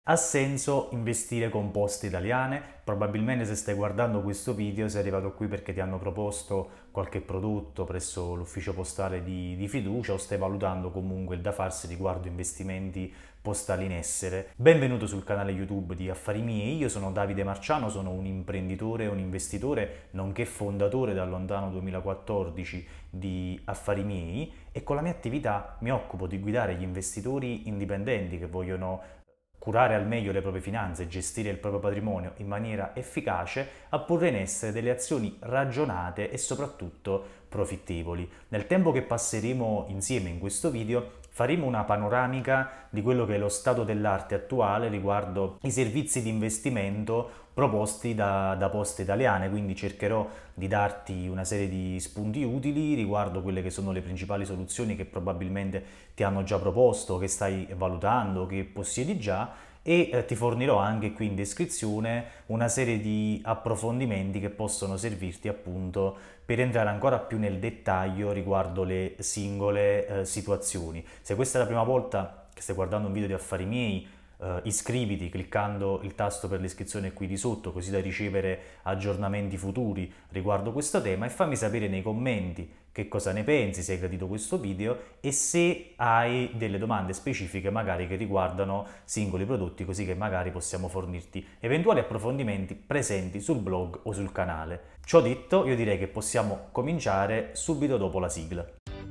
Ha senso investire con Poste Italiane? Probabilmente se stai guardando questo video sei arrivato qui perché ti hanno proposto qualche prodotto presso l'ufficio postale di fiducia o stai valutando comunque il da farsi riguardo investimenti postali in essere. Benvenuto sul canale YouTube di Affari Miei, io sono Davide Marciano, sono un imprenditore e un investitore, nonché fondatore dal lontano 2014 di Affari Miei e con la mia attività mi occupo di guidare gli investitori indipendenti che vogliono curare al meglio le proprie finanze e gestire il proprio patrimonio in maniera efficace a porre in essere delle azioni ragionate e soprattutto profittevoli. Nel tempo che passeremo insieme in questo video faremo una panoramica di quello che è lo stato dell'arte attuale riguardo i servizi di investimento proposti da Poste Italiane, quindi cercherò di darti una serie di spunti utili riguardo quelle che sono le principali soluzioni che probabilmente ti hanno già proposto, che stai valutando, che possiedi già e ti fornirò anche qui in descrizione una serie di approfondimenti che possono servirti appunto per entrare ancora più nel dettaglio riguardo le singole situazioni. Se questa è la prima volta che stai guardando un video di Affari Miei, iscriviti cliccando il tasto per l'iscrizione qui di sotto così da ricevere aggiornamenti futuri riguardo questo tema e fammi sapere nei commenti che cosa ne pensi, se hai gradito questo video e se hai delle domande specifiche magari che riguardano singoli prodotti così che magari possiamo fornirti eventuali approfondimenti presenti sul blog o sul canale. Ciò detto, io direi che possiamo cominciare subito dopo la sigla.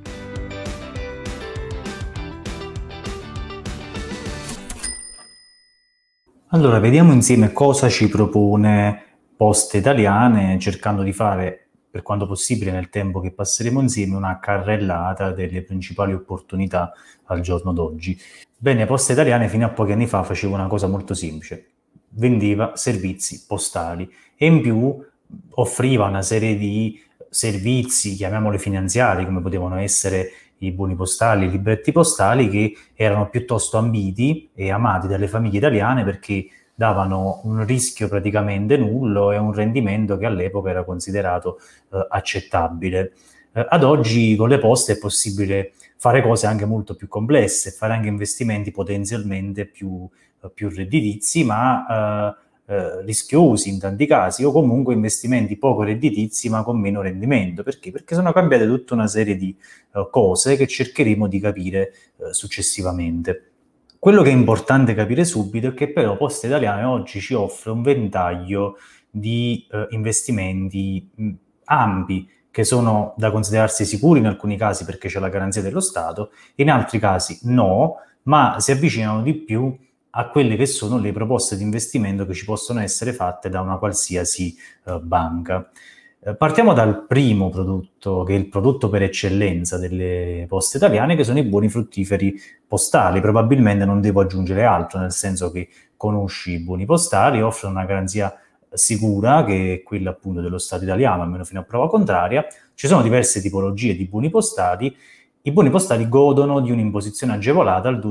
Allora, vediamo insieme cosa ci propone Poste Italiane, cercando di fare, per quanto possibile nel tempo che passeremo insieme, una carrellata delle principali opportunità al giorno d'oggi. Bene, Poste Italiane fino a pochi anni fa faceva una cosa molto semplice, vendeva servizi postali e in più offriva una serie di servizi, chiamiamoli finanziari, come potevano essere i buoni postali, i libretti postali, che erano piuttosto ambiti e amati dalle famiglie italiane perché davano un rischio praticamente nullo e un rendimento che all'epoca era considerato accettabile. Ad oggi con le poste è possibile fare cose anche molto più complesse, fare anche investimenti potenzialmente più redditizi, ma rischiosi in tanti casi, o comunque investimenti poco redditizi ma con meno rendimento. Perché? Perché sono cambiate tutta una serie di cose che cercheremo di capire successivamente. Quello che è importante capire subito è che però Poste Italiane oggi ci offre un ventaglio di investimenti ampi, che sono da considerarsi sicuri in alcuni casi perché c'è la garanzia dello Stato, in altri casi no, ma si avvicinano di più a quelle che sono le proposte di investimento che ci possono essere fatte da una qualsiasi banca. Partiamo dal primo prodotto, che è il prodotto per eccellenza delle Poste Italiane, che sono i buoni fruttiferi postali. Probabilmente non devo aggiungere altro, nel senso che conosci i buoni postali, offrono una garanzia sicura, che è quella appunto dello Stato italiano, almeno fino a prova contraria. Ci sono diverse tipologie di buoni postali. I buoni postali godono di un'imposizione agevolata al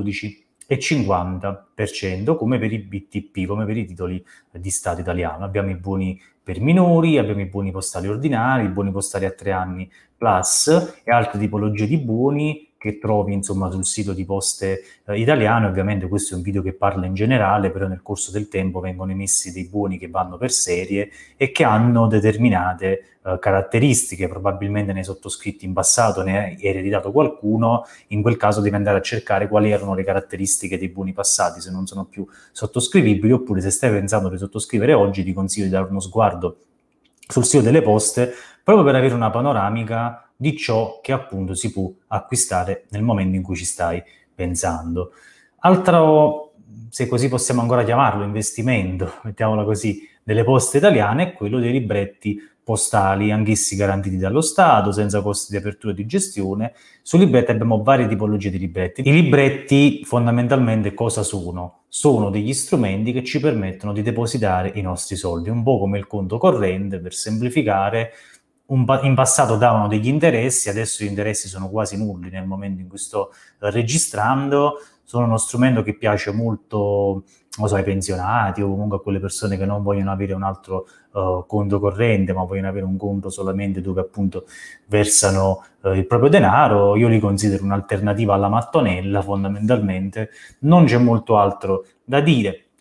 12,50%, come per i BTP, come per i titoli di Stato italiano. Abbiamo i buoni per minori, abbiamo i buoni postali ordinari, i buoni postali a 3 anni plus e altre tipologie di buoni che trovi insomma sul sito di Poste Italiane. Ovviamente questo è un video che parla in generale, però nel corso del tempo vengono emessi dei buoni che vanno per serie e che hanno determinate caratteristiche. Probabilmente ne hai sottoscritti in passato, ne hai ereditato qualcuno, in quel caso devi andare a cercare quali erano le caratteristiche dei buoni passati, se non sono più sottoscrivibili, oppure se stai pensando di sottoscrivere oggi ti consiglio di dare uno sguardo sul sito delle Poste proprio per avere una panoramica di ciò che appunto si può acquistare nel momento in cui ci stai pensando. Altro, se così possiamo ancora chiamarlo, investimento, mettiamola così, delle Poste Italiane è quello dei libretti postali, anch'essi garantiti dallo Stato, senza costi di apertura e di gestione. Sui libretti abbiamo varie tipologie di libretti. I libretti fondamentalmente cosa sono? Sono degli strumenti che ci permettono di depositare i nostri soldi, un po' come il conto corrente, per semplificare. In passato davano degli interessi, adesso gli interessi sono quasi nulli nel momento in cui sto registrando. Sono uno strumento che piace molto, non so, ai pensionati o comunque a quelle persone che non vogliono avere un altro conto corrente, ma vogliono avere un conto solamente dove appunto versano il proprio denaro. Io li considero un'alternativa alla mattonella, fondamentalmente. Non c'è molto altro da dire.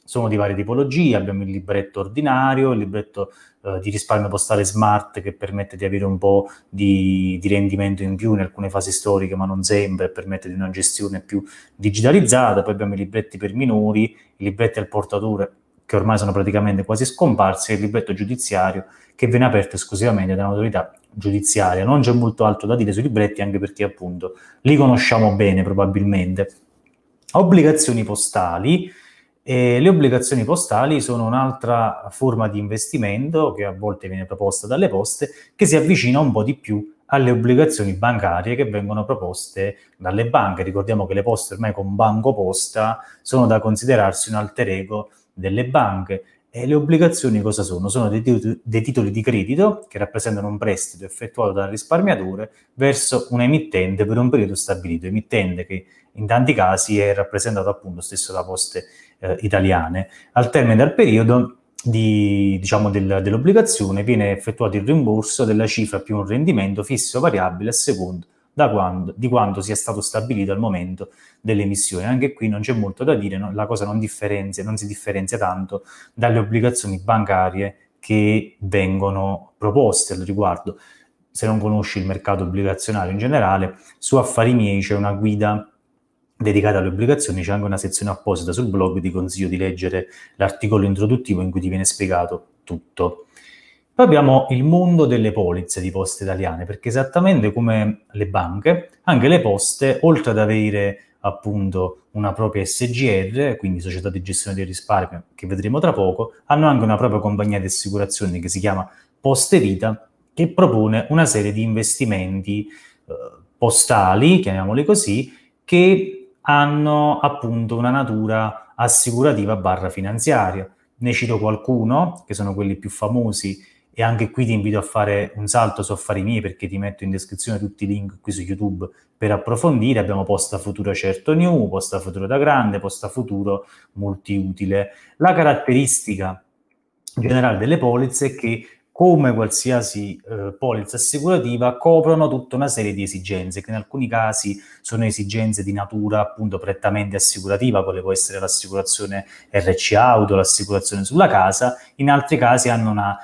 sono di varie tipologie, abbiamo il libretto ordinario, il libretto di risparmio postale smart che permette di avere un po' di rendimento in più in alcune fasi storiche, ma non sempre, e permette di una gestione più digitalizzata. Poi abbiamo i libretti per minori, i libretti al portatore che ormai sono praticamente quasi scomparsi, e il libretto giudiziario che viene aperto esclusivamente da un'autorità giudiziaria. Non c'è molto altro da dire sui libretti, anche perché appunto li conosciamo bene probabilmente. Obbligazioni postali. Le obbligazioni postali sono un'altra forma di investimento che a volte viene proposta dalle poste, che si avvicina un po' di più alle obbligazioni bancarie che vengono proposte dalle banche. Ricordiamo che le poste ormai con Banco Posta sono da considerarsi un alter ego delle banche. E le obbligazioni cosa sono? Sono dei titoli di credito che rappresentano un prestito effettuato dal risparmiatore verso un emittente per un periodo stabilito, emittente che in tanti casi è rappresentato appunto stesso da Poste Italiane. Al termine del periodo dell'obbligazione viene effettuato il rimborso della cifra più un rendimento fisso o variabile a seconda di quanto sia stato stabilito al momento dell'emissione. Anche qui non c'è molto da dire, no? La cosa non si differenzia tanto dalle obbligazioni bancarie che vengono proposte al riguardo. Se non conosci il mercato obbligazionario in generale, su Affari Miei c'è una guida dedicata alle obbligazioni, c'è anche una sezione apposita sul blog, ti consiglio di leggere l'articolo introduttivo in cui ti viene spiegato tutto. Poi abbiamo il mondo delle polizze di Poste Italiane, perché esattamente come le banche, anche le poste, oltre ad avere appunto una propria SGR, quindi Società di Gestione del Risparmio, che vedremo tra poco, hanno anche una propria compagnia di assicurazioni che si chiama Poste Vita, che propone una serie di investimenti postali, chiamiamoli così, che hanno appunto una natura assicurativa / finanziaria. Ne cito qualcuno, che sono quelli più famosi, e anche qui ti invito a fare un salto su Affari Miei, perché ti metto in descrizione tutti i link qui su YouTube per approfondire. Abbiamo Posta Futuro Certo New, Posta Futuro da Grande, Posta Futuro Multiutile. La caratteristica generale delle polizze è che, come qualsiasi polizza assicurativa, coprono tutta una serie di esigenze, che in alcuni casi sono esigenze di natura appunto prettamente assicurativa, quale può essere l'assicurazione RC Auto, l'assicurazione sulla casa. In altri casi hanno una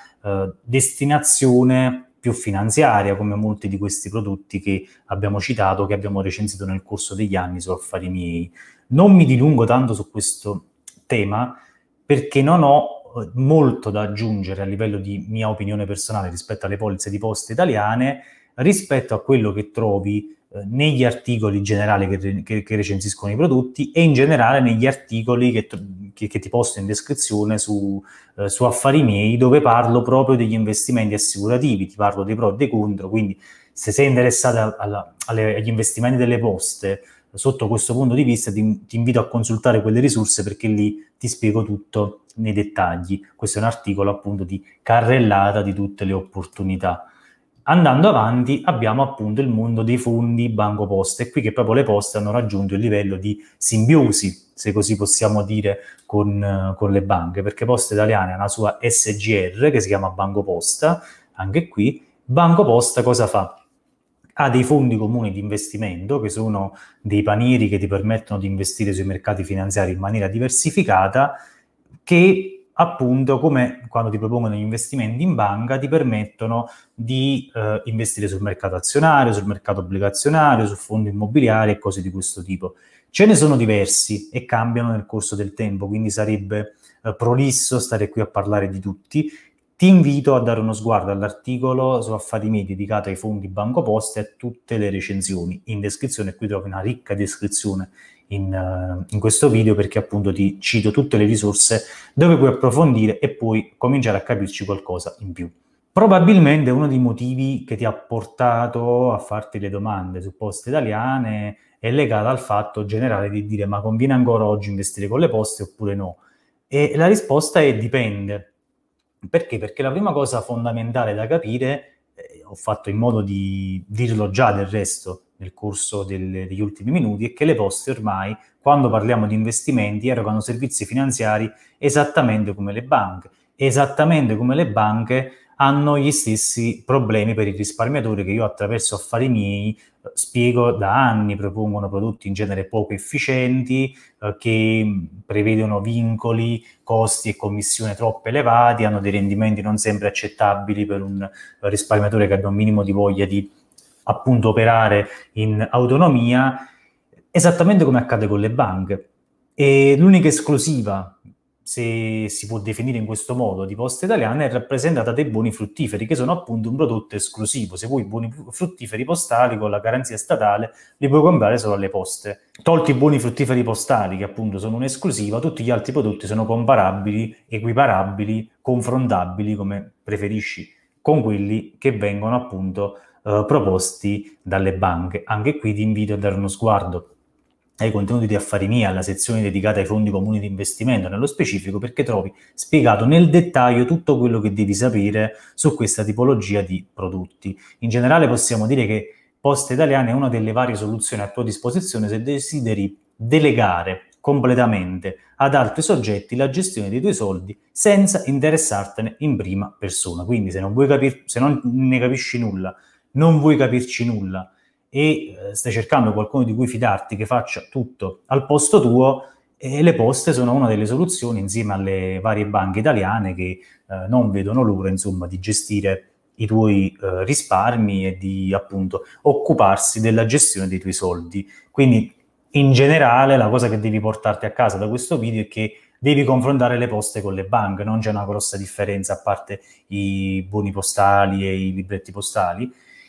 destinazione più finanziaria, come molti di questi prodotti che abbiamo citato, che abbiamo recensito nel corso degli anni su Affari Miei. Non mi dilungo tanto su questo tema, perché non ho molto da aggiungere a livello di mia opinione personale rispetto alle polizze di Poste Italiane, rispetto a quello che trovi negli articoli generali che recensiscono i prodotti, e in generale negli articoli che ti posto in descrizione su Affari Miei, dove parlo proprio degli investimenti assicurativi, ti parlo dei pro e dei contro. Quindi se sei interessato agli investimenti delle poste sotto questo punto di vista, ti invito a consultare quelle risorse, perché lì ti spiego tutto nei dettagli. Questo è un articolo appunto di carrellata di tutte le opportunità. Andando avanti abbiamo appunto il mondo dei fondi Banco Posta, e qui che proprio le poste hanno raggiunto il livello di simbiosi, se così possiamo dire, con le banche, perché Poste Italiane ha una sua SGR che si chiama Banco Posta. Anche qui Banco Posta cosa fa? Ha dei fondi comuni di investimento, che sono dei panieri che ti permettono di investire sui mercati finanziari in maniera diversificata, che appunto, come quando ti propongono gli investimenti in banca, ti permettono di investire sul mercato azionario, sul mercato obbligazionario, su fondi immobiliari e cose di questo tipo. Ce ne sono diversi e cambiano nel corso del tempo, quindi sarebbe prolisso stare qui a parlare di tutti. Ti invito a dare uno sguardo all'articolo su Affari Miei dedicato ai fondi Banco Posta e a tutte le recensioni. In descrizione qui trovi una ricca descrizione in questo video, perché appunto ti cito tutte le risorse dove puoi approfondire e puoi cominciare a capirci qualcosa in più. Probabilmente uno dei motivi che ti ha portato a farti le domande su Poste Italiane è legato al fatto generale di dire: ma conviene ancora oggi investire con le poste oppure no? E la risposta è: dipende. Perché? Perché la prima cosa fondamentale da capire, ho fatto in modo di dirlo già del resto nel corso degli ultimi minuti, è che le poste ormai, quando parliamo di investimenti, erogano servizi finanziari esattamente come le banche. Esattamente come le banche hanno gli stessi problemi per il risparmiatore che io attraverso Affari Miei spiego da anni. Propongono prodotti in genere poco efficienti, che prevedono vincoli, costi e commissioni troppo elevati, hanno dei rendimenti non sempre accettabili per un risparmiatore che abbia un minimo di voglia di appunto operare in autonomia, esattamente come accade con le banche. E l'unica esclusiva, se si può definire in questo modo, di Poste Italiane è rappresentata dai buoni fruttiferi, che sono appunto un prodotto esclusivo. Se vuoi buoni fruttiferi postali con la garanzia statale, li puoi comprare solo alle poste. Tolti i buoni fruttiferi postali, che appunto sono un'esclusiva, tutti gli altri prodotti sono comparabili, equiparabili, confrontabili, come preferisci, con quelli che vengono appunto proposti dalle banche. Anche qui ti invito a dare uno sguardo ai contenuti di Affari Miei, alla sezione dedicata ai fondi comuni di investimento nello specifico, perché trovi spiegato nel dettaglio tutto quello che devi sapere su questa tipologia di prodotti. In generale possiamo dire che Poste Italiane è una delle varie soluzioni a tua disposizione se desideri delegare completamente ad altri soggetti la gestione dei tuoi soldi senza interessartene in prima persona. Quindi se non ne capisci nulla, non vuoi capirci nulla e stai cercando qualcuno di cui fidarti che faccia tutto al posto tuo, le poste sono una delle soluzioni, insieme alle varie banche italiane che non vedono l'ora, insomma, di gestire i tuoi risparmi e di appunto occuparsi della gestione dei tuoi soldi. Quindi in generale la cosa che devi portarti a casa da questo video è che devi confrontare le poste con le banche, non c'è una grossa differenza a parte i buoni postali e i libretti postali.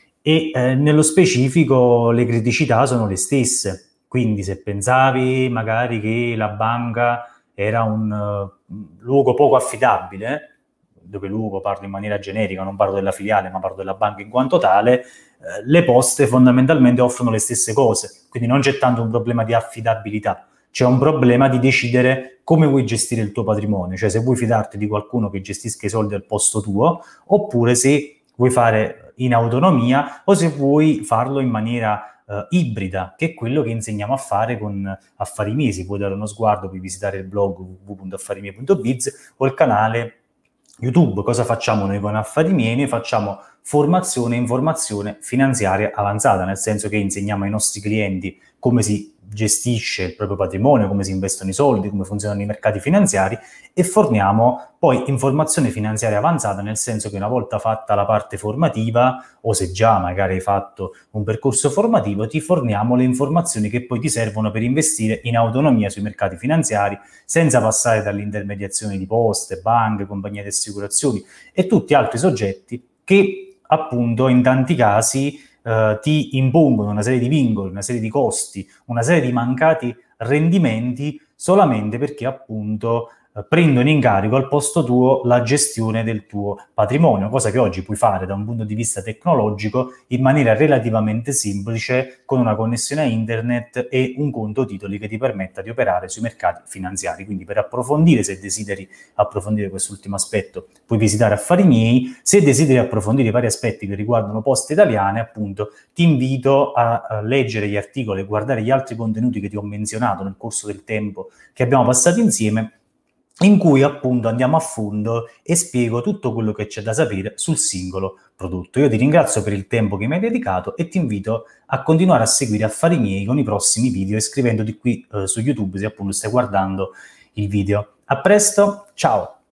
E nello specifico le criticità sono le stesse. Quindi se pensavi magari che la banca era un luogo poco affidabile, dove luogo parlo in maniera generica, non parlo della filiale, ma parlo della banca in quanto tale, le poste fondamentalmente offrono le stesse cose. Quindi non c'è tanto un problema di affidabilità, c'è un problema di decidere come vuoi gestire il tuo patrimonio, cioè se vuoi fidarti di qualcuno che gestisca i soldi al posto tuo, oppure se vuoi fare in autonomia o se vuoi farlo in maniera ibrida, che è quello che insegniamo a fare con Affari Miei. Si può dare uno sguardo, puoi visitare il blog www.affarimiei.biz o il canale YouTube. Cosa facciamo noi con Affari Miei? Noi facciamo formazione e informazione finanziaria avanzata, nel senso che insegniamo ai nostri clienti come si gestisce il proprio patrimonio, come si investono i soldi, come funzionano i mercati finanziari, e forniamo poi informazione finanziaria avanzata, nel senso che una volta fatta la parte formativa, o se già magari hai fatto un percorso formativo, ti forniamo le informazioni che poi ti servono per investire in autonomia sui mercati finanziari, senza passare dall'intermediazione di poste, banche, compagnie di assicurazioni e tutti altri soggetti che appunto in tanti casi ti impongono una serie di vincoli, una serie di costi, una serie di mancati rendimenti solamente perché appunto prendono in carico al posto tuo la gestione del tuo patrimonio, cosa che oggi puoi fare da un punto di vista tecnologico in maniera relativamente semplice, con una connessione a internet e un conto titoli che ti permetta di operare sui mercati finanziari. Quindi per approfondire, se desideri approfondire quest'ultimo aspetto, puoi visitare Affari Miei. Se desideri approfondire i vari aspetti che riguardano Poste Italiane, appunto, ti invito a leggere gli articoli e guardare gli altri contenuti che ti ho menzionato nel corso del tempo che abbiamo passato insieme, in cui appunto andiamo a fondo e spiego tutto quello che c'è da sapere sul singolo prodotto. Io ti ringrazio per il tempo che mi hai dedicato e ti invito a continuare a seguire Affari Miei con i prossimi video, iscrivendoti qui su YouTube se appunto stai guardando il video. A presto, ciao!